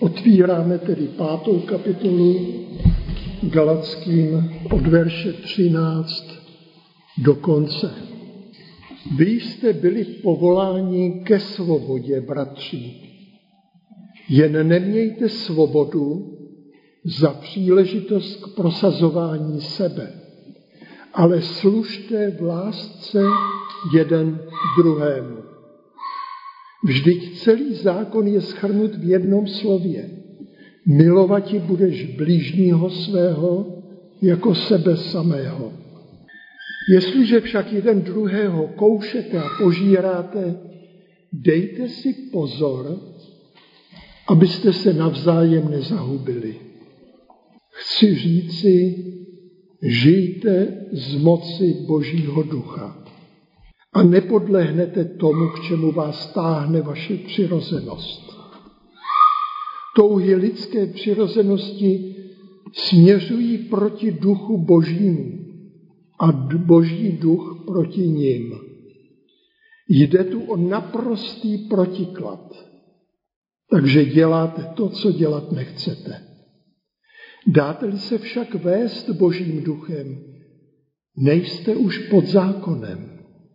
Otvíráme tedy 5. kapitolu Galatským od verše 13 do konce. Vy jste byli povoláni ke svobodě, bratři. Jen nemějte svobodu za příležitost k prosazování sebe, ale služte v lásce jeden druhému. Vždyť celý zákon je shrnut v jednom slově. Milovati budeš bližního svého jako sebe samého. Jestliže však jeden druhého koušete a požíráte, dejte si pozor, abyste se navzájem nezahubili. Chci říci, žijte z moci Božího ducha a nepodlehnete tomu, k čemu vás táhne vaše přirozenost. Touhy lidské přirozenosti směřují proti duchu Božímu a Boží duch proti nim. Jde tu o naprostý protiklad, takže děláte to, co dělat nechcete. Dáte-li se však vést Božím duchem, nejste už pod zákonem.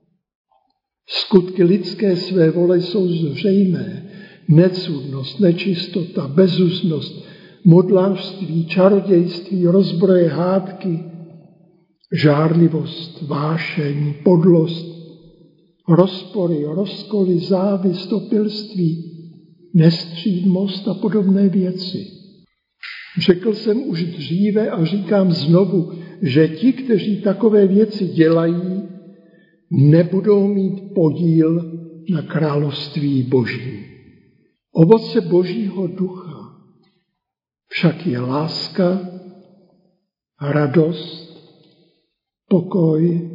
Skutky lidské své vole jsou zřejmé. Necudnost, nečistota, bezúznost, modlářství, čarodějství, rozbroje, hádky, žárlivost, vášeň, podlost, rozpory, rozkoly, závist, opilství, nestřídmost a podobné věci. Řekl jsem už dříve a říkám znovu, že ti, kteří takové věci dělají, nebudou mít podíl na království Božím. Ovoce Božího ducha však je láska, radost, pokoj,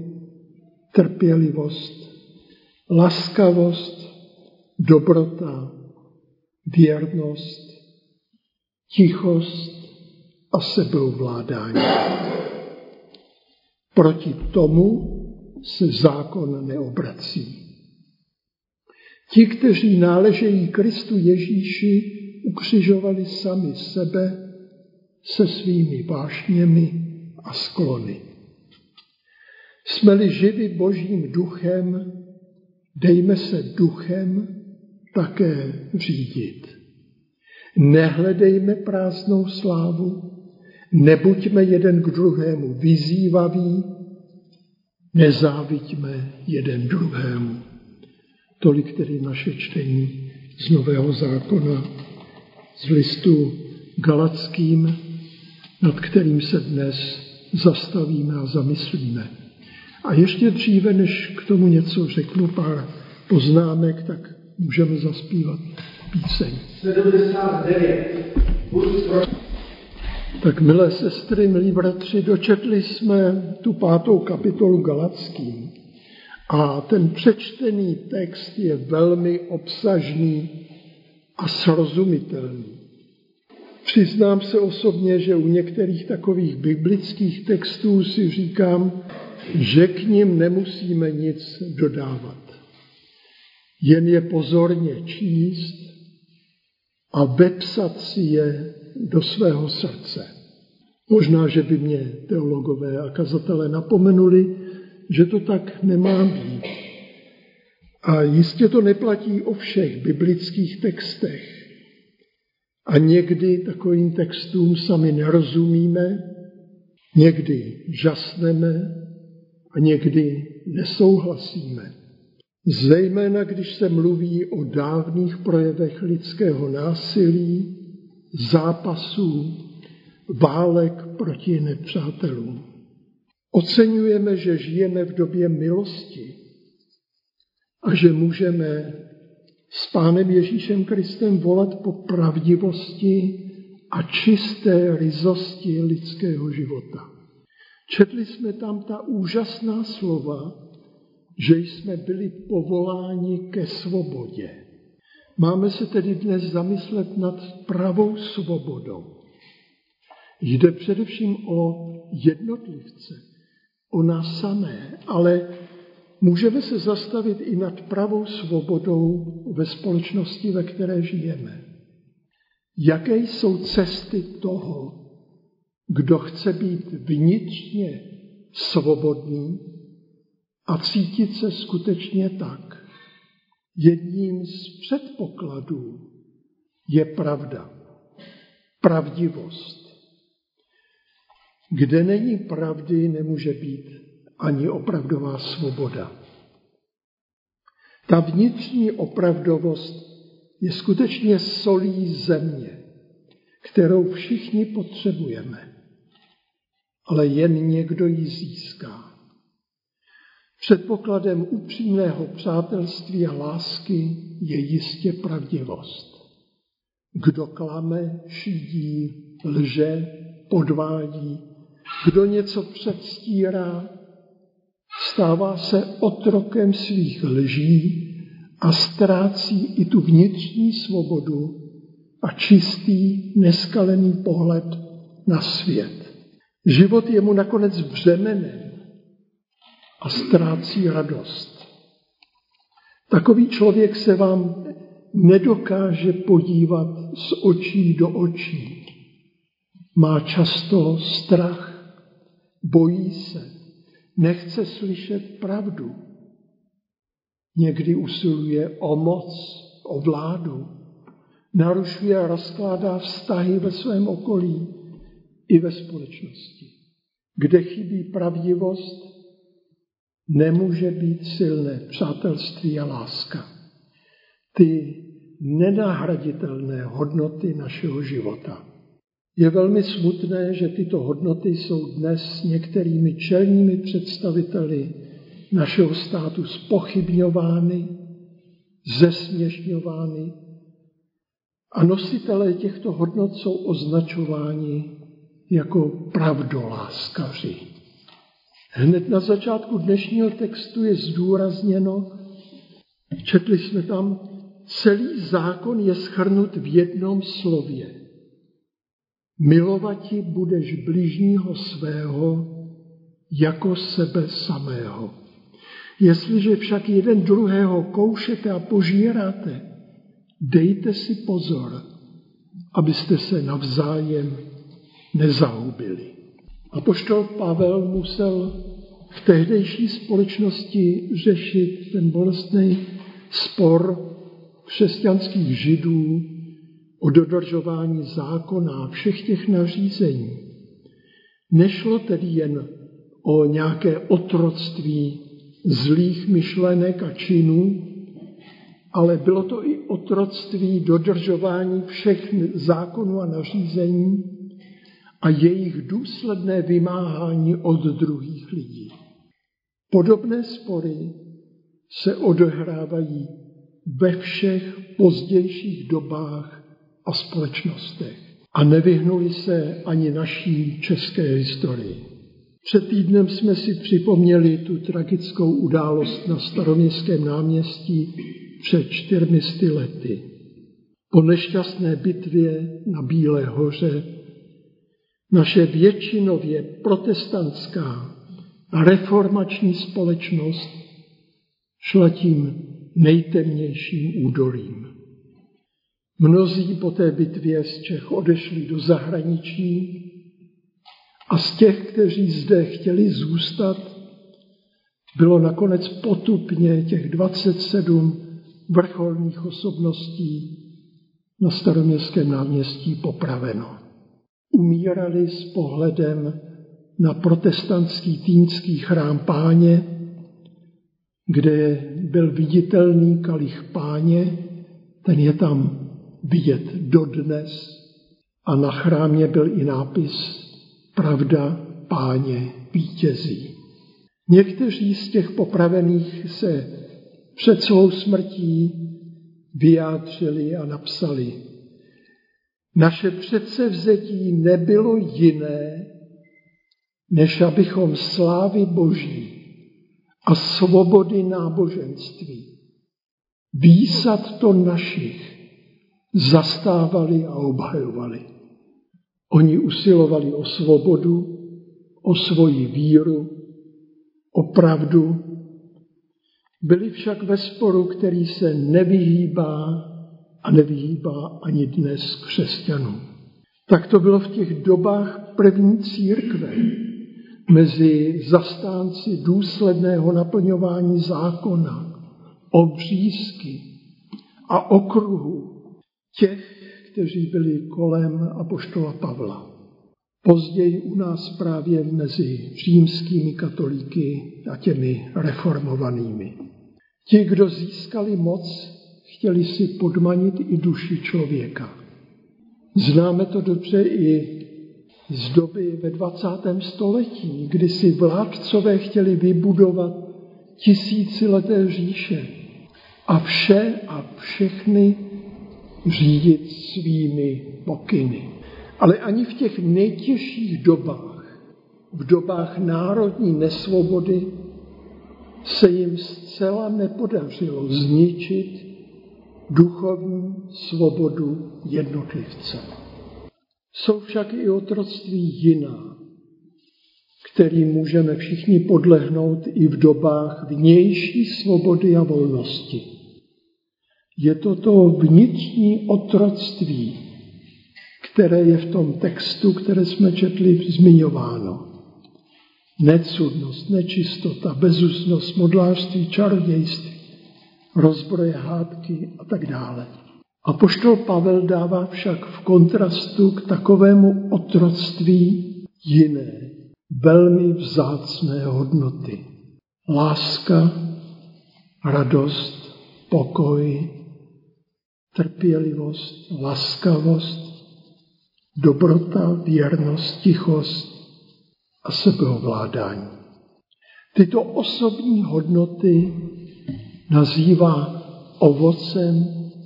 trpělivost, laskavost, dobrota, věrnost, tichost a sebeovládání. Proti tomu se zákon neobrací. Ti, kteří náležejí Kristu Ježíši, ukřižovali sami sebe se svými vášněmi a sklony. Jsme-li živi Božím duchem, dejme se duchem také řídit. Nehledejme prázdnou slávu, nebuďme jeden k druhému vyzývaví, nezáviďme jeden druhému. Tolik tedy naše čtení z Nového zákona, z listu Galatským, nad kterým se dnes zastavíme a zamyslíme. A ještě dříve, než k tomu něco řeknu, pár poznámek, tak můžeme zaspívat píseň. 79. Tak milé sestry, milí bratři, dočetli jsme tu 5. kapitolu Galatským. A ten přečtený text je velmi obsažný a srozumitelný. Přiznám se osobně, že u některých takových biblických textů si říkám, že k nim nemusíme nic dodávat. Jen je pozorně číst a vepsat si je do svého srdce. Možná, že by mě teologové a kazatelé napomenuli, že to tak nemá být. A jistě to neplatí o všech biblických textech. A někdy takovým textům sami nerozumíme, někdy žasneme a někdy nesouhlasíme. Zejména, když se mluví o dávných projevech lidského násilí, zápasů, válek proti nepřátelům. Oceňujeme, že žijeme v době milosti a že můžeme s Pánem Ježíšem Kristem volat po pravdivosti a čisté ryzosti lidského života. Četli jsme tam ta úžasná slova, že jsme byli povoláni ke svobodě. Máme se tedy dnes zamyslet nad pravou svobodou. Jde především o jednotlivce, o nás samé, ale můžeme se zastavit i nad pravou svobodou ve společnosti, ve které žijeme. jaké jsou cesty toho, kdo chce být vnitřně svobodný a cítit se skutečně tak. Jedním z předpokladů je pravda, pravdivost. Kde není pravdy, nemůže být ani opravdová svoboda. Ta vnitřní opravdovost je skutečně solí země, kterou všichni potřebujeme, ale jen někdo ji získá. Předpokladem upřímného přátelství a lásky je jistě pravdivost. Kdo klame, šidí, lže, podvádí, kdo něco předstírá, stává se otrokem svých lží a ztrácí i tu vnitřní svobodu a čistý, neskalený pohled na svět. Život je mu nakonec břemenem a ztrácí radost. Takový člověk se vám nedokáže podívat z očí do očí. Má často strach, bojí se, nechce slyšet pravdu. Někdy usiluje o moc, o vládu, narušuje a rozkládá vztahy ve svém okolí i ve společnosti. Kde chybí pravdivost, nemůže být silné přátelství a láska. Ty nenahraditelné hodnoty našeho života. Je velmi smutné, že tyto hodnoty jsou dnes některými čelními představiteli našeho státu zpochybňovány, zesměšňovány a nositelé těchto hodnot jsou označováni jako pravdoláskaři. Hned na začátku dnešního textu je zdůrazněno, četli jsme tam, celý zákon je shrnut v jednom slově. Milovati budeš bližního svého jako sebe samého. Jestliže však jeden druhého koušete a požíráte, dejte si pozor, abyste se navzájem nezahubili. Apoštol Pavel musel v tehdejší společnosti řešit ten bolestný spor křesťanských Židů o dodržování zákona a všech těch nařízení. Nešlo tedy jen o nějaké otroctví zlých myšlenek a činů, ale bylo to i otroctví dodržování všech zákonů a nařízení a jejich důsledné vymáhání od druhých lidí. Podobné spory se odehrávají ve všech pozdějších dobách a společnostech a nevyhnuli se ani naší české historii. Před týdnem jsme si připomněli tu tragickou událost na Staroměstském náměstí před 400 lety. Po nešťastné bitvě na Bílé hoře naše většinově protestantská a reformační společnost šla tím nejtemnějším údolím. Mnozí po té bitvě z Čech odešli do zahraničí a z těch, kteří zde chtěli zůstat, bylo nakonec potupně těch 27 vrcholných osobností na Staroměstském náměstí popraveno. Umírali s pohledem na protestantský týnský chrám Páně, kde byl viditelný kalich Páně, ten je tam vidět dodnes a na chrámě byl i nápis Pravda Páně vítězí. Někteří z těch popravených se před svou smrtí vyjádřili a napsali: naše předsevzetí nebylo jiné, než abychom slávy Boží a svobody náboženství, výsad to našich, zastávali a obhajovali. Oni usilovali o svobodu, o svoji víru, o pravdu. Byli však ve sporu, který se nevyhýbá a nevyhýbá ani dnes křesťanům. Tak to bylo v těch dobách první církve mezi zastánci důsledného naplňování zákona, obřízky a okruhu těch, kteří byli kolem apoštola Pavla. Později u nás právě mezi římskými katolíky a těmi reformovanými. Ti, kdo získali moc, chtěli si podmanit i duši člověka. Známe to dobře i z doby ve 20. století, kdy si vládcové chtěli vybudovat tisícileté říše a vše a všechny řídit svými pokyny. Ale ani v těch nejtěžších dobách, v dobách národní nesvobody, se jim zcela nepodařilo zničit duchovní svobodu jednotlivce. Jsou však i otroctví jiná, kterým můžeme všichni podlehnout i v dobách vnější svobody a volnosti. Je to vnitřní otroctví, které je v tom textu, které jsme četli, zmiňováno. Necudnost, nečistota, bezúcnost, modlářství, čarodějství, rozbroje, hádky a tak dále. Apoštol Pavel dává však v kontrastu k takovému otroctví jiné, velmi vzácné hodnoty. Láska, radost, pokoj, trpělivost, laskavost, dobrota, věrnost, tichost a sebeovládání. Tyto osobní hodnoty nazývá ovocem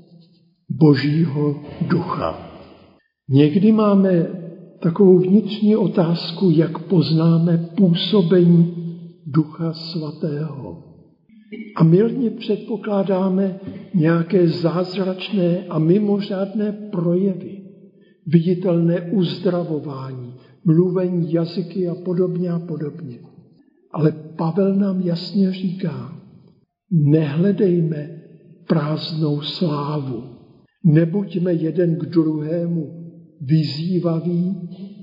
Božího ducha. Někdy máme takovou vnitřní otázku, jak poznáme působení Ducha Svatého. A mylně předpokládáme nějaké zázračné a mimořádné projevy, viditelné uzdravování, mluvení jazyky a podobně a podobně. Ale Pavel nám jasně říká, nehledejme prázdnou slávu, nebuďme jeden k druhému vyzývaví,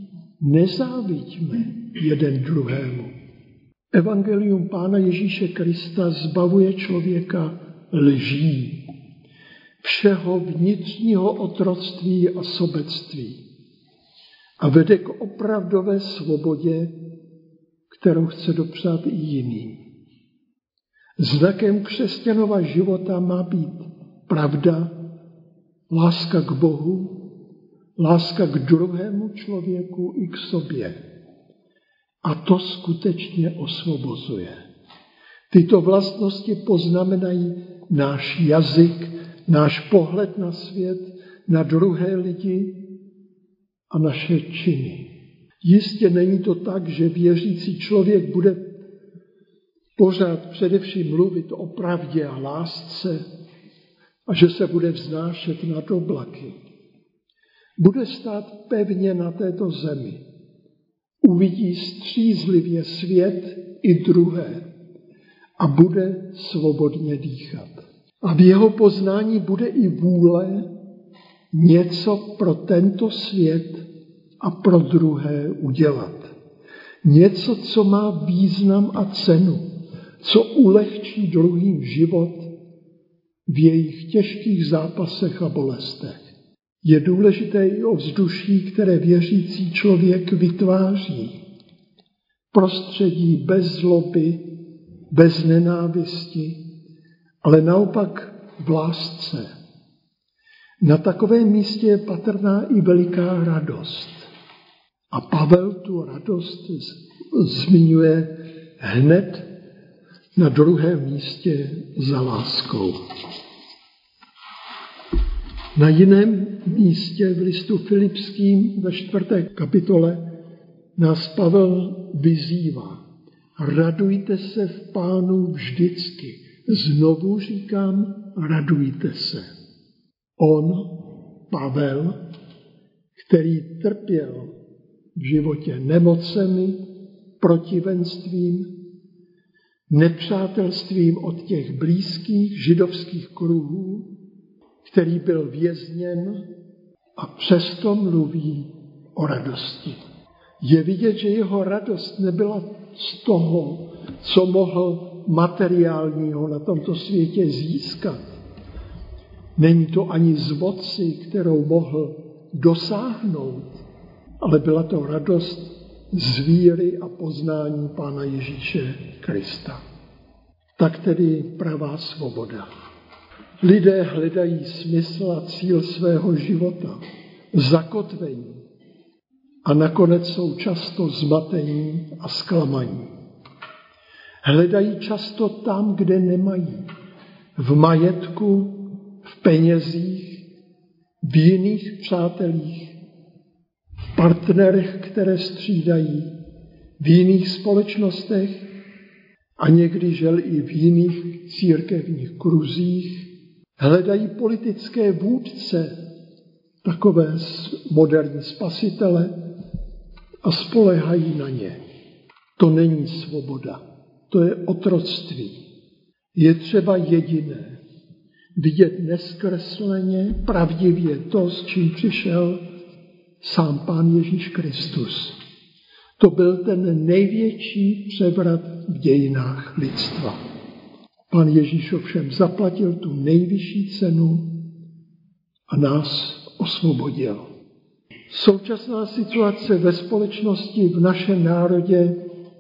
nezáviďme jeden druhému. Evangelium Pána Ježíše Krista zbavuje člověka lží, všeho vnitřního otroctví a sobectví a vede k opravdové svobodě, kterou chce dopřát i jiným. Znakem křesťanova života má být pravda, láska k Bohu, láska k druhému člověku i k sobě. A to skutečně osvobozuje. Tyto vlastnosti poznamenají náš jazyk, náš pohled na svět, na druhé lidi a naše činy. Jistě není to tak, že věřící člověk bude pořád především mluvit o pravdě a lásce a že se bude vznášet nad oblaky. Bude stát pevně na této zemi. Uvidí střízlivě svět i druhé a bude svobodně dýchat. A v jeho poznání bude i vůle něco pro tento svět a pro druhé udělat. Něco, co má význam a cenu, co ulehčí druhým život v jejich těžkých zápasech a bolestech. Je důležité i ovzduší, které věřící člověk vytváří. Prostředí bez zloby, bez nenávisti, ale naopak v lásce. Na takovém místě je patrná i veliká radost. A Pavel tu radost zmiňuje hned na druhém místě za láskou. Na jiném místě v listu Filipským ve 4. kapitole nás Pavel vyzývá. Radujte se v Pánu vždycky. Znovu říkám, radujte se. On, Pavel, který trpěl v životě nemocemi, protivenstvím, nepřátelstvím od těch blízkých židovských kruhů, který byl vězněn a přesto mluví o radosti. Je vidět, že jeho radost nebyla z toho, co mohl materiálního na tomto světě získat. Není to ani z moci, kterou mohl dosáhnout, ale byla to radost z víry a poznání Pána Ježíše Krista. Tak tedy pravá svoboda. Lidé hledají smysl a cíl svého života, zakotvení a nakonec jsou často zmatení a zklamaní. Hledají často tam, kde nemají, v majetku, v penězích, v jiných přátelích, v partnerech, které střídají, v jiných společnostech a někdy žel i v jiných církevních kruzích. Hledají politické vůdce, takové moderní spasitele a spoléhají na ně. To není svoboda, to je otroctví. Je třeba jediné, vidět nezkresleně, pravdivě to, s čím přišel sám Pán Ježíš Kristus. To byl ten největší převrat v dějinách lidstva. Pán Ježíš ovšem zaplatil tu nejvyšší cenu a nás osvobodil. Současná situace ve společnosti, v našem národě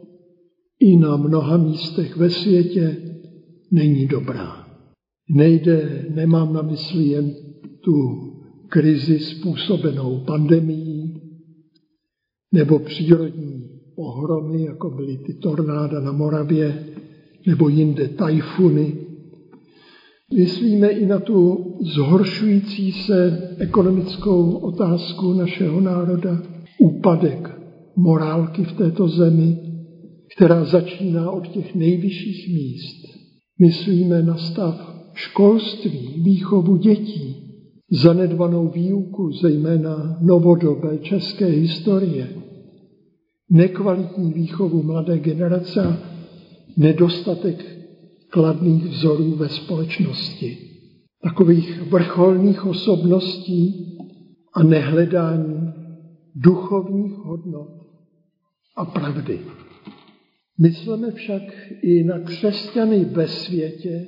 i na mnoha místech ve světě není dobrá. Nemám na mysli jen tu krizi způsobenou pandemií nebo přírodní pohromy, jako byly ty tornáda na Moravě, nebo jinde tajfuny. Myslíme i na tu zhoršující se ekonomickou otázku našeho národa, úpadek morálky v této zemi, která začíná od těch nejvyšších míst. Myslíme na stav školství, výchovu dětí, zanedbanou výuku, zejména novodobé české historie, nekvalitní výchovu mladé generace, nedostatek kladných vzorů ve společnosti, takových vrcholných osobností a nehledání duchovních hodnot a pravdy. Myslíme však i na křesťany ve světě,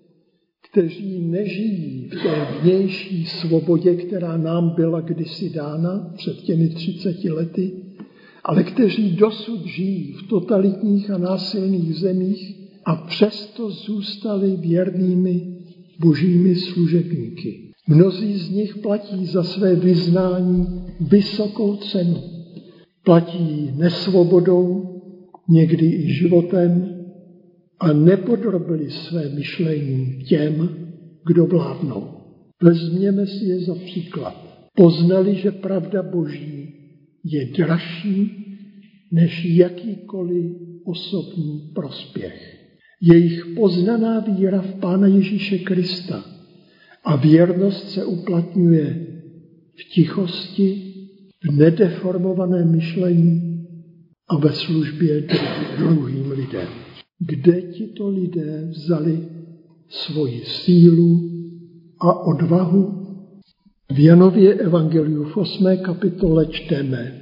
kteří nežijí v té vnější svobodě, která nám byla kdysi dána před těmi 30 lety, ale kteří dosud žijí v totalitních a násilných zemích a přesto zůstali věrnými božími služebníky. Mnozí z nich platí za své vyznání vysokou cenu. Platí nesvobodou, někdy i životem a nepodrobili své myšlení těm, kdo vládnou. Vezměme si je za příklad. Poznali, že pravda Boží je dražší než jakýkoliv osobní prospěch. Jejich poznaná víra v Pána Ježíše Krista a věrnost se uplatňuje v tichosti, v nedeformovaném myšlení a ve službě druhým lidem. Kde tito lidé vzali svoji sílu a odvahu? V Janově evangeliu v 8. kapitole čteme: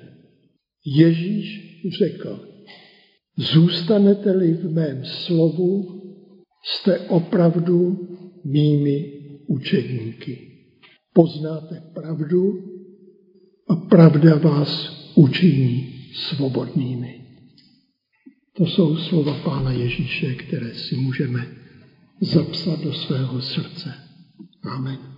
Ježíš řekl: zůstanete-li v mém slovu, jste opravdu mými učedníky. Poznáte pravdu a pravda vás učiní svobodnými. To jsou slova Pána Ježíše, které si můžeme zapsat do svého srdce. Amen.